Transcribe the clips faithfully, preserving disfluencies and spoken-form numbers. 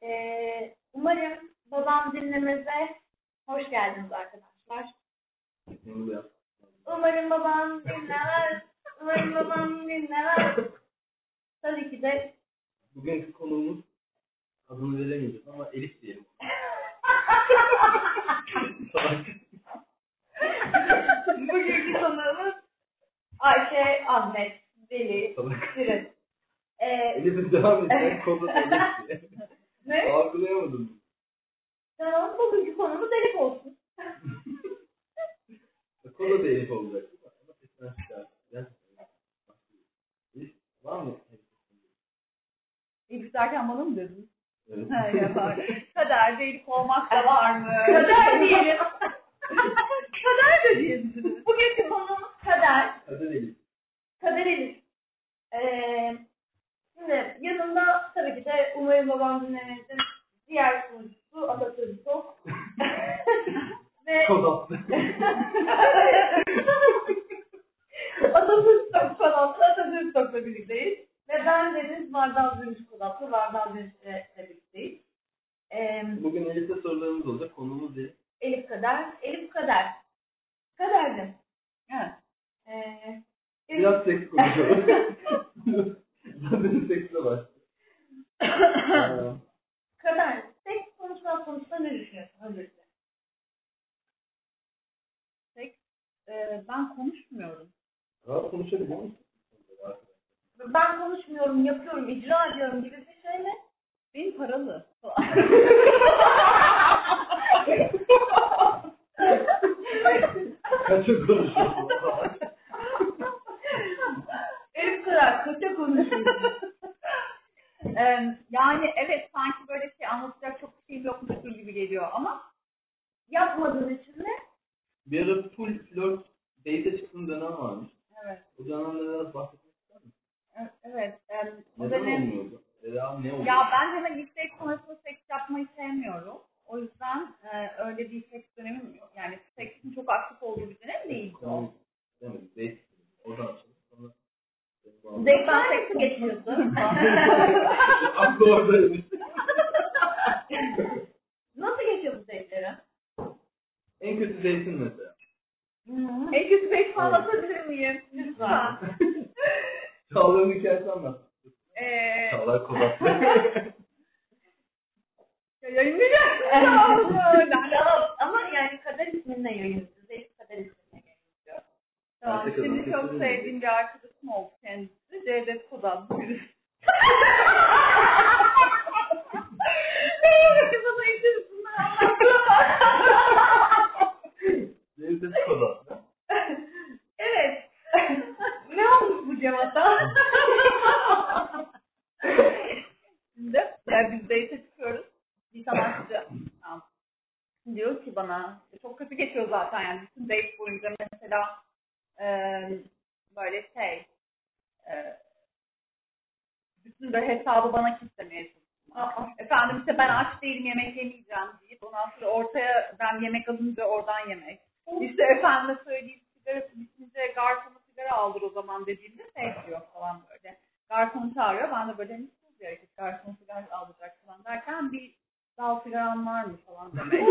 Ee, umarım babam dinlemeze hoş geldiniz arkadaşlar. Umarım babam dinlemez. Umarım babam dinlemez. Tabii ki de. Bugünkü konuğumuz adını veremeyeceğiz ama Elif diyelim. Bugünkü konuğumuz Ayşe, Ahmet, Veli, Şirin. Ee, Elif'in devam etsen kodu da Elif diye. Ne? Algılayamadım. Tamam, bugünkü konumuz Elif olsun. Kodu da Elif olacak. Ama sesinden çıkar. Elif var mı? İlk derken bana mı dedin? Evet. He yapar. Kaderde Elif olmak da var mı? Kader diyelim. Kader de diyebiliriz. Bugünkü konumuz kader. Kader Elif. Kader Elif. Ee, şimdi yanımda tabii ki de umarım babam dinlemezsin. Diğer sunucusu Atatürk Tok. Ve Kodaplı. Atatürk Tok Kodaplı, Atatürk Tok'la birlikteyiz. Ve ben Deniz Vardal Dönüş Kodaplı, Vardal Dönüş'le birlikteyiz. Ee, Bugün Elif'te sorularımız olacak. Konumuz değil. Elif Kader. Elif Kader. Kader'dim. Evet. Ee, Biraz seks konuşalım. Zaten seksle başladık. Kader, seks konuşma konusunda ne düşünüyorsun öncelikle? Seks, e, ben konuşmuyorum. Rahat konuşabiliyor musun? Ben konuşmuyorum, yapıyorum, icra ediyorum gibi bir şey mi? Benim paralı. Kaça konuşuyorsun? Elif kadar kaça konuşuyorsun? ee, yani evet sanki böyle şey anlatacak çok bir şey yokmuş gibi geliyor ama Yapmadığın için mi? Bir ara full flört date'e çıktığın dönem varmış. evet. O dönemde biraz bahsetmek ister misin? Evet. E, o Neden dönem, olmuyordu? Ya ne oluyor? ya ben hemen ilk date sonrasında seks yapmayı sevmiyorum. O yüzden e, öyle bir seks dönemim yok. Yani seksin çok aktif olduğu bir dönem değildi o. Demedim. Date. Oradan açalım. Sonra... Date'den seksi geçiyorsun. Aklı oradaymış. Nasıl geçiyor bu date'leri? En kötü date'in mesela. Hmm. En kötü seks anlatabilir miyim? Lütfen. Çağlar'ın hikayesi anlat. Eee... Çağlar Kodaklı. Yayınlayacaksın. Ama yani Kader isminle yayınlıyor. Date Kader isminle yayınlıyor. Tamam, şimdi çok sevdiğim bir arkadaşım oldu kendisi. Cevdet Kodan. Birisi. Bana içerisinden Cevdet Kodaklı. Evet. Ne olmuş bu cevata? Şimdi yani biz date çıkıyoruz. Bir sanatçı um, diyor ki bana, çok kötü geçiyor zaten yani bütün date boyunca mesela e, böyle şey e, bütün de hesabı bana kitlemeye çalışıyor. Efendim işte ben aç değilim yemek yemeyeceğim deyip ondan sonra ortaya ben yemek alınca oradan yemek. İşte efendim söyleyeyim sigara bitince garsona sigara aldır o zaman dediğimde şey diyor falan böyle. Garsonu çağırıyor ben de böyle bir hareket garsona sigara aldıracak falan derken bir dal sigaran var mı falan demek.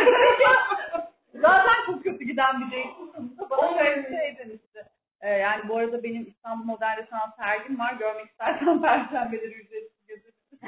Zaten çok kötü giden bir değilsin sonuçta bana şöyle bir şey demişti. Ee, yani bu arada benim İstanbul Modern'de sanat sergim var. Görmek istersen perşembeleri ücretsiz gezebilirsin.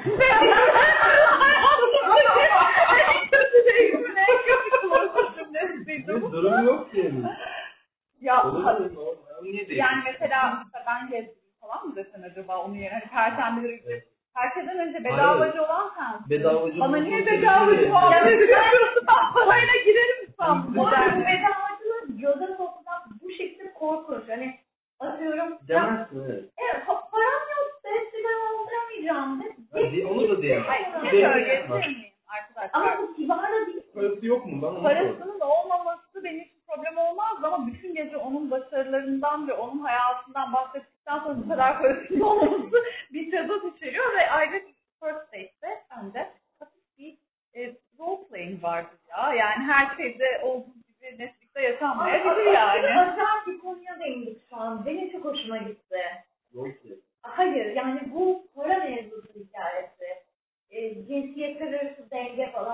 En kötü değilsin, en kötü kullanmışım nesiydi bu. Durum yok ki. Ya, Olur mu? Niye değil? yani mesela, mesela ben gezdim falan mı desen acaba onu yerine? Hani perşembeleri ücretsiz. Herkesten önce bedavacı olan sensin. Bedavacı bana niye bedavacı muhabbet ediyorsun? Ben parayla girerim İstanbul'a. Bu arada bedavacılar göze sokulan bu şekilde korkunç. Hani atıyorum. Demezsin evet. Evet, param yok. Ben sigara aldıramayacağım. Hadi, onu da diyemem. Hayır, ne söyleyeyim arkadaşlar? Ama bu kibar da değil. Parası yok mu? Ben onu Parasının olmaması benim için problem olmaz ama bütün gece onun başarılarından ve onun hayatından bahsettikten sonra bu kadar parasının olmaması bir tezat içeriyor ve ayrıca first date'de bence hafif bir e, role playing vardır ya. Yani her şeyde olduğu gibi Netflix'te yaşanmayabilir yani. Özel bir konuya değindik şu an. Benim çok hoşuma gitti. Role play. Hayır, yani bu para mevzusu hikayesi. E, cinsiyet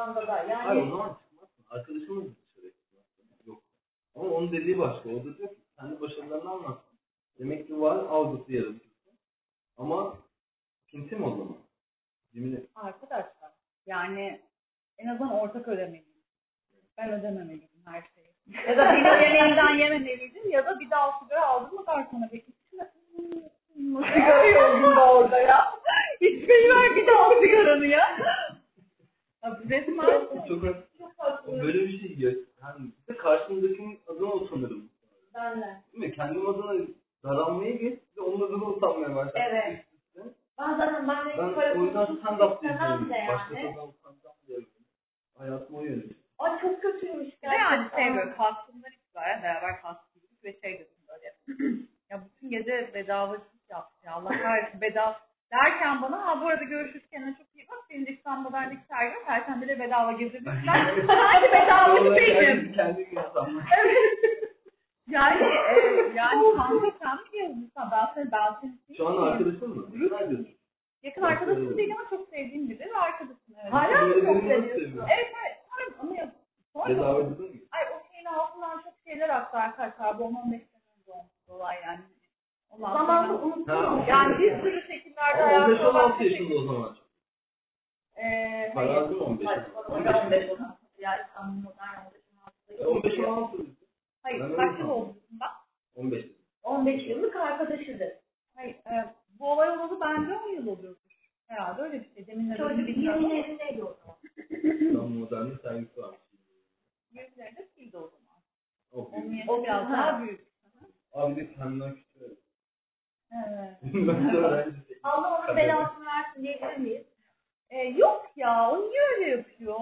anda da. Hayır o Yani zaman çıkmazsın. Arkadaşımız dışarı çıkmazsın. Yok. Ama onun dediği başka. O da diyor ki kendi başarılarını anlatsın. Demek ki var algısı yaratıcısı. Ama pintim o zaman. Cimri. Arkadaşlar yani en azından ortak ödemeliyim. Ben ödememeliyim her şeyi. Ya da bir yemeğinden yememeliydim ya da bir daha sigara aldım mı karşına peki. Sigara yoldum da orada ya. İçmeyi ver bir daha sigaranı ya. Abi resmen Çok haklı. çok haklı. Böyle bir şey yok. Yani bir de karşımdakinin adına utanırım. Benle. Değil mi? Kendim adına daralmaya geç ve onun adına utanmaya başladım. Evet. Ben zaten ben de Ben para o yüzden konusunu stand-up istemem diyorum. de yani. Başkasından utanacağım diye. Hayatım o yönü. Ay çok kötüymüş bir de yani gerçekten. şey böyle kalktığımda itibaren beraber kalktık ve şey dedim böyle. Ya bütün gece bedavacılık yaptı ya Allah kahretsin bedava derken bana ha bu arada görüşürüz kendine çok iyi bak senin de İstanbul'daki sergi Perşembe de bedava gezebilirsin. Hadi bedavacı değilim. Kendi insanlar. Evet. Yani e, yani kanka sen mi gezdin sen ben seni ben seni Şu an arkadaşın mı? Ne diyorsun? yakın arkadaşım değil ama çok sevdiğim biri ve arkadaşım evet. Hala mı çok Birilerini nasıl seviyorsun? seviyorsun? Evet evet. Hayır, ama ya, sonra Bedavacı değil mi? ay o şeyin altından çok şeyler aktı arkadaşlar. Bu on on beş sene önce olmuş olay yani. Ondan Zamanla sonra- unuttum. Yani bir sürü şekillerde Ama on beş hayatı on olan altı bir yaşında o zaman. Eee Para hayır. lazım on beş. Hayır, on beş on altı. Ya İstanbul modern on beş on altı. on beş on altı. Hayır. Ben Kaç öyle yıl sandım. oldu bak. on beş. on beş yıllık arkadaşıdır. Hayır. E, bu olay olalı bence on yıl oluyordur. Herhalde öyle bir şey. Demin de Çocuk bilmiyorum. yirmilerindeydi o zaman. İstanbul Modern'de sergisi varmış. yirmilerinde sildi o zaman. O Onun büyük. yaşı biraz daha büyük. Abi de kendimden küçük. Evet. Üniversite öğrencisi. Allah onun belasını versin diyebilir miyiz? E, yok ya. O niye öyle yapıyor?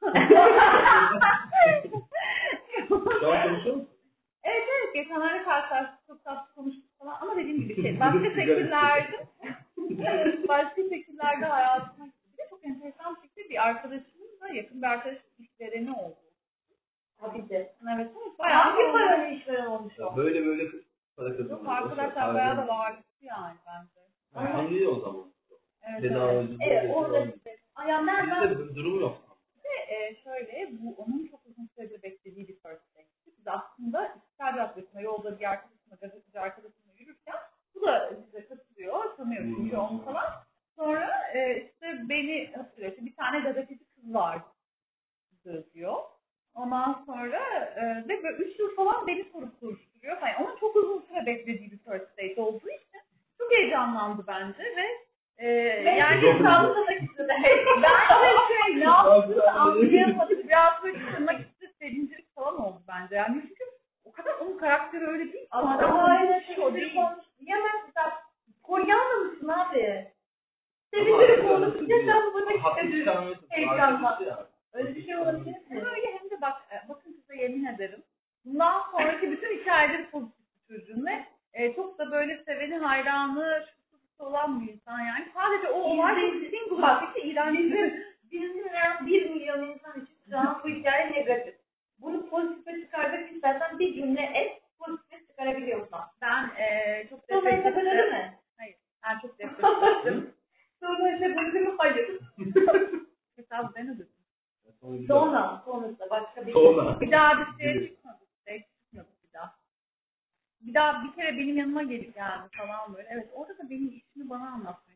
Şu an konuşuyor musun? Evet evet. Geçenlerde karşılaştık. Çok tatlı konuştuk falan. Ama dediğim gibi şey. Başka şekillerde başka şekillerde hayatıma bir de çok enteresan bir şekilde bir arkadaşımın da yakın bir arkadaşım işvereni oldu. Tabii de. Evet evet. Bayağı Hangi bir paralı işveren olmuş Ya o? böyle böyle para kazanıyor. Yok arkadaşlar bayağı da varlıklı yani bence. Ama iyi o zaman. Evet, Bedavacı. Evet orada işte. Ay ya ben ben Bizde bir durum yok. Ve e, şöyle bu onun çok uzun süredir beklediği bir first date. Biz aslında İstiklal Caddesi'nde yolda bir arkadaşımla, gazeteci arkadaşımla yürürken bu da bize katılıyor, tanıyor çünkü onu falan. Sonra e, işte beni hatırlıyor. İşte bir tane gazeteci kız vardı diyor. Ondan sonra e, ve böyle üç yıl falan beni sorup soruşturuyor. Yani onun çok uzun süre beklediği bir first date olduğu için çok heyecanlandı bence ve e, yani sallamak istedi. Ben de şey ne yaptığını anlayamadım. Biraz böyle tırnak içinde sevincilik falan oldu bence. Yani çünkü o kadar onun karakteri öyle değil. ama Ama daha aynı şey şey o değil. konuş. Diyemezsin sen. Polyanla mısın abi? Ama Sevindirip arkadaşlar konuşunca sen bana hafif istedin. çalması. Heyecanla. Arkadaşı ya. Öyle bir şey olabilir mi? Hem öyle hem de bak, e, bakın size yemin ederim. Bundan sonraki bütün hikayeleri pozitif bir çocuğun ve e, çok da böyle seveni, hayranı, şusu olan bir insan yani. Sadece o olay single Bak, bir iğrenç. Bizim, bizim dinleyen bir milyon insan için şu an bu hikaye negatif. Bunu pozitife çıkarmak istersen bir cümle et, pozitife çıkarabiliyorsun. Ben e, çok Sonra işte depresiftim. böyle mi? Hayır, ben çok depresiftim. Sonra işte böyle mi? Hayır. Hesabı ben ödedim. Sonra, sonrasında başka bir Sonra. Bir daha bir şey çıkmadı. Şey çıkmadı bir daha. Bir daha bir kere benim yanıma gelip geldi falan böyle. Evet orada da benim işimi bana anlatmaya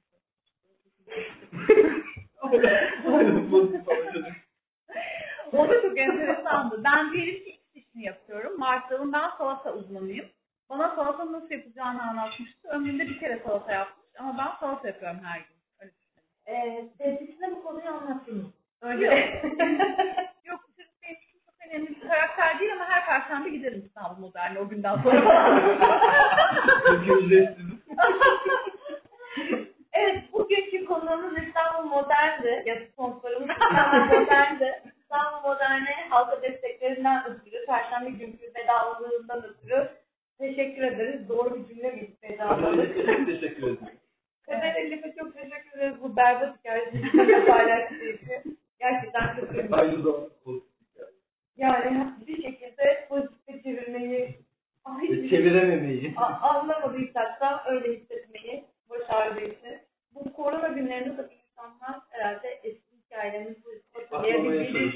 çalıştı. O da çok enteresandı. Ben diyelim ki X işini yapıyorum. Marshall'ın ben salata uzmanıyım. Bana salata nasıl yapacağını anlatmıştı. Ömründe bir kere salata yapmış ama ben salata yapıyorum her gün. Öyle düşünüyorum. Eee sevgisine bu konuyu anlatayım. Öyle. Yok çocuk benim için çok önemli bir karakter değil ama her perşembe giderim İstanbul Modern'e o günden sonra. Çünkü ücretsiz. Evet, bugünkü konuğumuz İstanbul Modern'di. Ya sponsorumuz İstanbul Modern'di. İstanbul Modern'e halka desteklerinden ötürü, Perşembe günkü bedavalığından ötürü teşekkür ederiz. Doğru bir cümle mi? Bedavalık. Teşekkür ederim. Kader Elif'e çok teşekkür ederiz bu berbat hikayesini paylaştığı için. Gerçekten çok ünlü. Aynı zamanda pozitif yani. Yani bir şekilde pozitife çevirmeyi ay, Çevirememeyi. a- anlamadıysak da öyle hissetmeyi başardığı için. Bu korona günlerinde de insanlar herhalde eski hikayelerimizi Aklıma hatırlayabildiği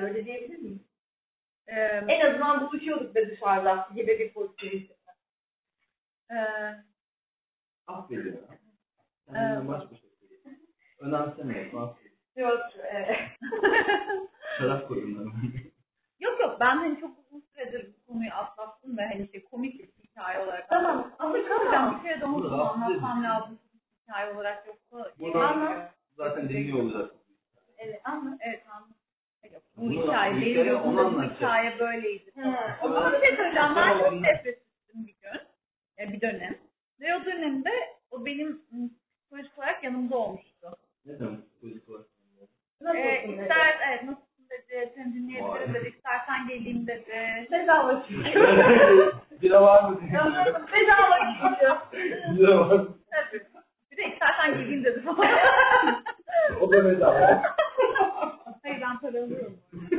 yani öyle diyebilir miyim? Ee, En azından buluşuyorduk da dışarıda gibi bir pozitif. e, Affediyor. Kendinle baş başa söylüyor. Önemsemiyor. Falan. Yok. Evet. Şarap koyunları. yok yok ben hani çok uzun süredir bu konuyu atlattım ve hani şey komik bir hikaye olarak. Tamam. Ama çıkaracağım bir kere de onu anlatmam lazım. Hikaye olarak yoksa. Buradan zaten dinliyor olacak. Evet anlat. Evet anladım. Yok, bu Bunu- hikaye, bu benim hikaye gözümde onu bu anlatacak. hikaye böyleydi. Hı. O zaman bir şey söyleyeceğim. Ben çok Tamam. depresiftim bir gün. E, bir dönem. Ve o dönemde o benim ım, psikolojik olarak yanımda olmuştu. Ne demek psikolojik olarak? Nasıl E, olsun dedi? ister, evet nasılsın dedi, seni dinleyebilirim Vay. dedi, istersen geleyim dedi. Bedava çünkü. Bira var mı? Bedava çünkü. Bira var mı? Tabii. Bir de istersen geleyim dedi falan. O da bedava. Hayır ben para alıyorum.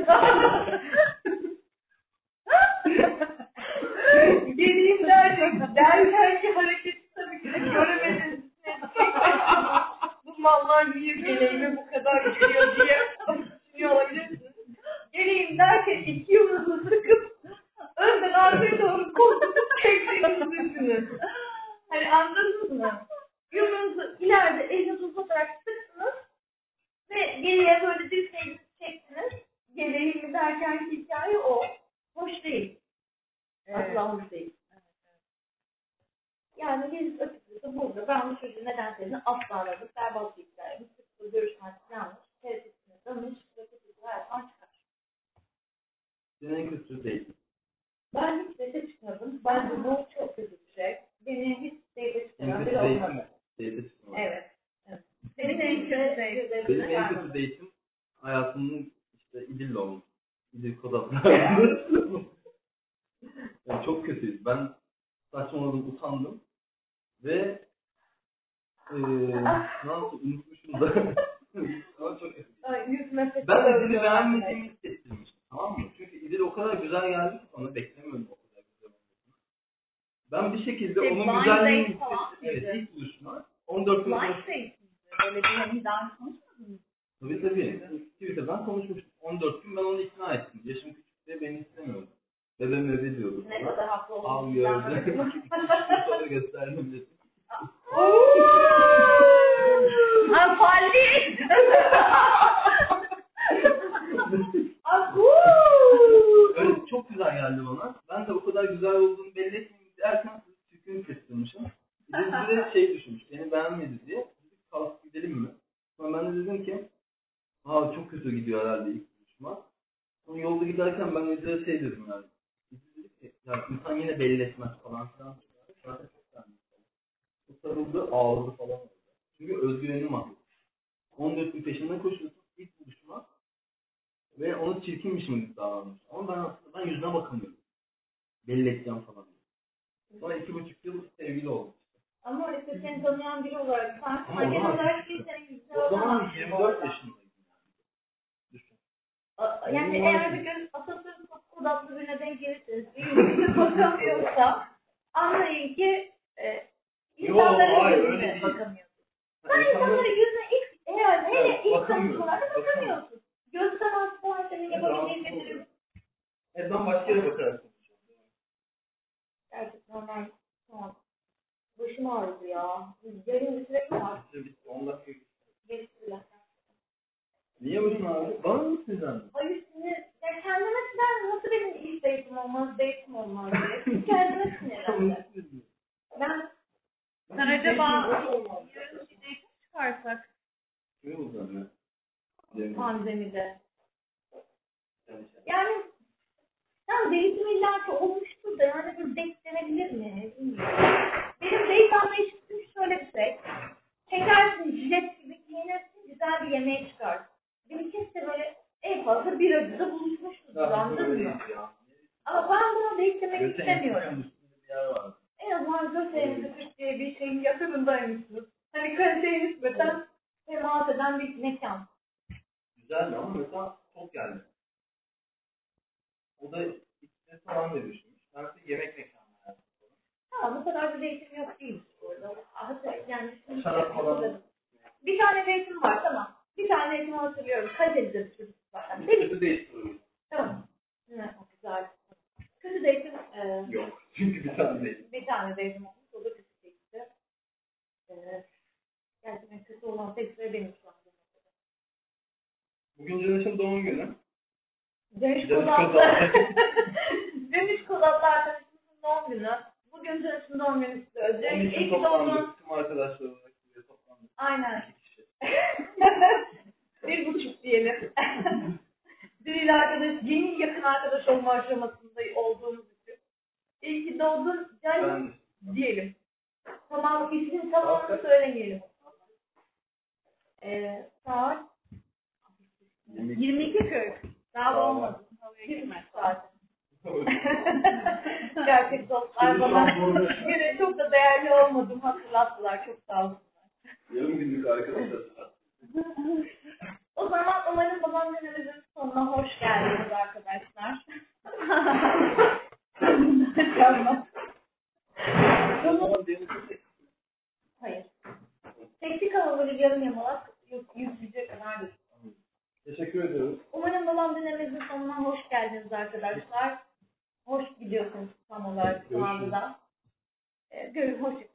Geleyim derken, derken ki hareketi tabii ki de göremediniz. Bu mallar niye geleğime bu kadar geliyor diye düşünüyor olabilirsiniz. Geleyim derken iki yumruğunu sıkıp önden arkaya doğru koltuğu çektiğinizi düşünün. Hani anladınız mı? Yumruğunuzu ileride elinizi uzatarak sıktınız ve geriye böyle dirseğinizi çektiniz. Geleyim derken ki hikaye o. Hoş değil. Asla hoş değil. Yani biz açıkçası burada ben bu çocuğu neden sevdiğini asla aradım. Berbat bir hikayemiz. Sıkıntı görüşmez yanlış. Terapisine danış ve kötü hayattan çıkar. Senin en kötüsü değil. Ben hiç dete çıkmadım. Bence bu çok kötü bir şey. Beni hiç dete En çıkaran kötü biri date'im. olmadı. Date'e çıkmadım. Evet. evet. Benim en kötü date. Benim en kötü date'im hayatımın işte İdil'le olmuş. İdil Kodat'la. Yani çok kötüydü. Ben saçmaladım, utandım. Ve eee ne yaptım? Unutmuşum da. Ama çok kötü. Yüzme Ben İdil'i beğenmediğimi hissettirmiştim. Tamam mı? Çünkü İdil o kadar güzel geldi ki bana beklemiyordum o kadar güzel olmasını. Ben bir şekilde Şey, onun blind güzelliğini date falan hissettim. Evet, mıydı? ilk buluşma. on dört gün Blind sonra. date miydi? Böyle bir hani daha önce konuşmadın mı? Tabii tabii. Twitter'dan konuşmuştuk. on dört gün ben onu ikna ettim. Yaşım küçük diye beni istemiyordu. Bebe mebe diyordu. Ne kadar haklı olduğunu Al gördüm. anladım. Sonra gösterdim dedim. Anfalli. Öyle çok güzel geldi bana. Ben de o kadar güzel olduğunu belli etmeyeyim derken tükünü kestırmışım. Bir de şey düşünmüş. Beni beğenmedi diye. Dedik kalk gidelim mi? Sonra ben de dedim ki aa çok kötü gidiyor herhalde ilk buluşma. Sonra yolda giderken ben de şey dedim yani. Biz dedik ki ya insan yine belli etmez falan filan. Zaten çok beğendim. O sarıldı ağladı falan oldu. Çünkü özgüvenim var. on dört gün peşinden koşuyorsun ilk buluşma ve onu çirkinmişim gibi davranmış. Ama ben aslında ben yüzüne bakamıyorum. Belli edeceğim falan. Sonra iki buçuk yıl sevgili olduk. Ama işte seni tanıyan biri olarak sen Ama fark o zaman- ederek bir senin yüzüne O zaman bakamazsın yirmi bu dört arada. yaşındaydım yani. Düşün. A- Yani Olmaz eğer mı? bir gün Atatürk kodaklı birine denk gelirseniz bir yüzüne bakamıyorsa anlayın ki e, Yo, insanların hayır, öyle yüzüne değil. bakamıyorsun. Ha, Sen insanlar- insanların yüzüne ilk eğer hele Evet, ilk bakamıyorum. tanışmalarda bakamıyorsun. Göz teması falan senin Evet, yapabildiğin rahatsız getirir. Evet, ben başka yere bakarak konuşuyorum. Gerçekten ben tamam. Başım ağrıdı ya. Yarın bir süre mi var? İşte bitti, on dakika geçti. Geçtiler. Niye başın ağrıyor? Bana mı sinirlendin? Hayır sinir. Ya kendime sinirlendim. Nasıl benim ilk date'im olmaz, date'im olmaz diye. Kendime sinirlendim. Ben Sen acaba Nasıl olmaz? yarın bir date çıkarsak? Ne oldu anne? Demin. pandemide. Yani şey- Yani tam date'im illa ki olmuştur da yani bir date denebilir mi? Bilmiyorum. Benim date anlayışım şöyle bir şey. Çekersin, jilet gibi giyinirsin, güzel bir yemeğe çıkarsın. Benimkisi böyle en fazla bir arada buluşmuşuz. Ya, Anladın böyle mı? ya. Ama ben buna date demek Göte istemiyorum. insanın üstünde bir yer var. En azından gösterimizi Türk diye bir şeyin yakınındaymışsınız. Hani kaliteye nispeten temas eden bir mekan. Güzeldi ama mesela çok geldi. O da içine falan da düşünmüş. Ben size yemek mekanı hayatım falan. Tamam bu kadar bir date'im yok değilmiş bu arada. Hatta yani şimdi Şarap falan. bir tane date'im var tamam. Bir tane date'imi hatırlıyorum. Kaliteli bir çocuk. Zaten deli. Kötü değil soruyu. Tamam. Ne? O güzel. Kötü date'im e, Yok. Çünkü bir tane değil. bir tane date'im olmuş. O da kötü date'ti. E, gerçekten kötü olan tek süre benim şu anda. Bugün Caneş'in doğum günü. Dönüş Dönüş Kozatlı. Kozatlı. Dönüş Kozatlı arkadaşımızın doğum günü. Bugün Dönüş'ün doğum günü kutluyoruz. Onun Dönüş için iyi ki doğdun. toplandık. Tüm arkadaşlar olarak buraya toplandık. Aynen. İki kişi. Bir buçuk diyelim. Biriyle arkadaş, yeni yakın arkadaş olma aşamasında olduğumuz için. İyi ki doğdun canım Ben diyelim. Tamam, ismin tamamını söylemeyelim. Ee, saat yirmi iki kırk. Daha da olmadı. Bir buçuk saat. Gerçek dostlar bana yine çok da değerli olmadım hatırlattılar. Çok sağ olsunlar. yarım günlük arkadaşlar. O zaman umarım babam günümüzün sonuna hoş geldiniz arkadaşlar. Tamam. O zaman Deniz'e Hayır. Teknik havalı yarım yamalak yüzüce kadardır. teşekkür ediyoruz. Umarım babam dinlememizin sonuna hoş geldiniz arkadaşlar. Hoş gidiyorsunuz tam olarak şu anda da. Ee, görün, hoş